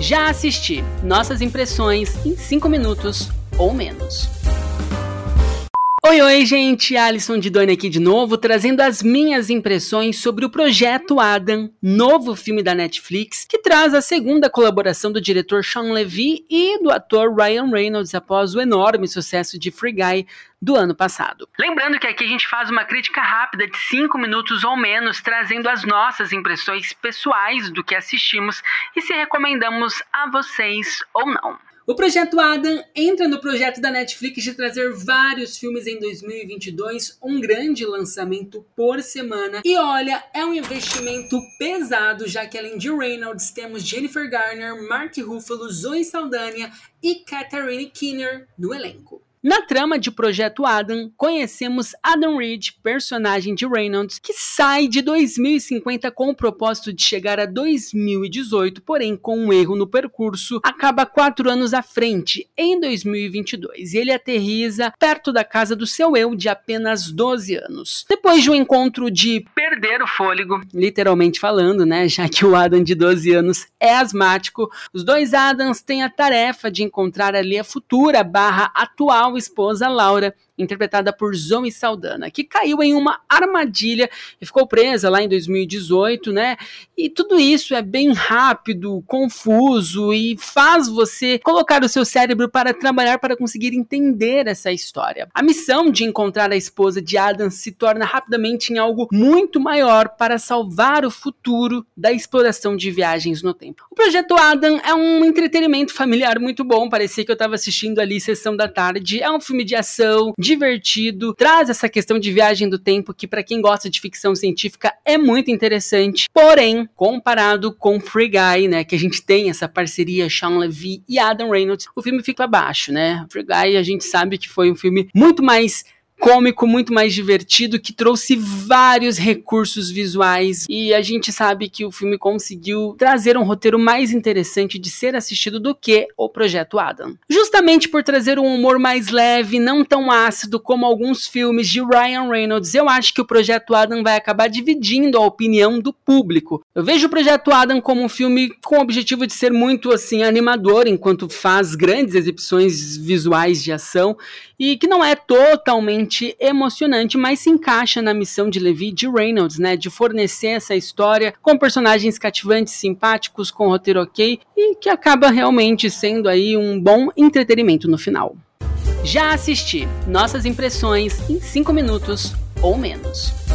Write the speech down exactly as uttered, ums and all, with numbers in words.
Já assisti. Nossas impressões em cinco minutos ou menos. Oi, oi, gente! Alisson Didoni aqui de novo, trazendo as minhas impressões sobre o Projeto Adam, novo filme da Netflix, que traz a segunda colaboração do diretor Shawn Levy e do ator Ryan Reynolds após o enorme sucesso de Free Guy do ano passado. Lembrando que aqui a gente faz uma crítica rápida de cinco minutos ou menos, trazendo as nossas impressões pessoais do que assistimos e se recomendamos a vocês ou não. O Projeto Adam entra no projeto da Netflix de trazer vários filmes em dois mil e vinte e dois, um grande lançamento por semana. E olha, é um investimento pesado, já que além de Reynolds, temos Jennifer Garner, Mark Ruffalo, Zoe Saldana e Catherine Keener no elenco. Na trama de Projeto Adam, conhecemos Adam Reed, personagem de Reynolds, que sai de dois mil e cinquenta com o propósito de chegar a dois mil e dezoito, porém com um erro no percurso, acaba quatro anos à frente, em dois mil e vinte e dois, e ele aterriza perto da casa do seu eu de apenas doze anos. Depois de um encontro de perder o fôlego, literalmente falando, né, já que o Adam de doze anos é asmático, os dois Adams têm a tarefa de encontrar ali a futura barra atual esposa Laura, interpretada por Zoe Saldana, que caiu em uma armadilha e ficou presa lá em dois mil e dezoito, né? E tudo isso é bem rápido, confuso e faz você colocar o seu cérebro para trabalhar para conseguir entender essa história. A missão de encontrar a esposa de Adam se torna rapidamente em algo muito maior para salvar o futuro da exploração de viagens no tempo. O Projeto Adam é um entretenimento familiar muito bom, parecia que eu estava assistindo ali Sessão da Tarde. É um filme de ação, divertido, traz essa questão de viagem do tempo que para quem gosta de ficção científica é muito interessante, porém, comparado com Free Guy, né, que a gente tem essa parceria Shawn Levy e Adam Reynolds, o filme fica abaixo, né? Free Guy a gente sabe que foi um filme muito mais cômico, muito mais divertido, que trouxe vários recursos visuais e a gente sabe que o filme conseguiu trazer um roteiro mais interessante de ser assistido do que o Projeto Adam. Justamente por trazer um humor mais leve, não tão ácido como alguns filmes de Ryan Reynolds, eu acho que o Projeto Adam vai acabar dividindo a opinião do público. Eu vejo o Projeto Adam como um filme com o objetivo de ser muito assim animador, enquanto faz grandes exibições visuais de ação e que não é totalmente emocionante, mas se encaixa na missão de Levy e de Reynolds, né, de fornecer essa história com personagens cativantes, simpáticos, com roteiro ok, e que acaba realmente sendo aí um bom entretenimento no final. Já assisti. Nossas impressões em cinco minutos ou menos.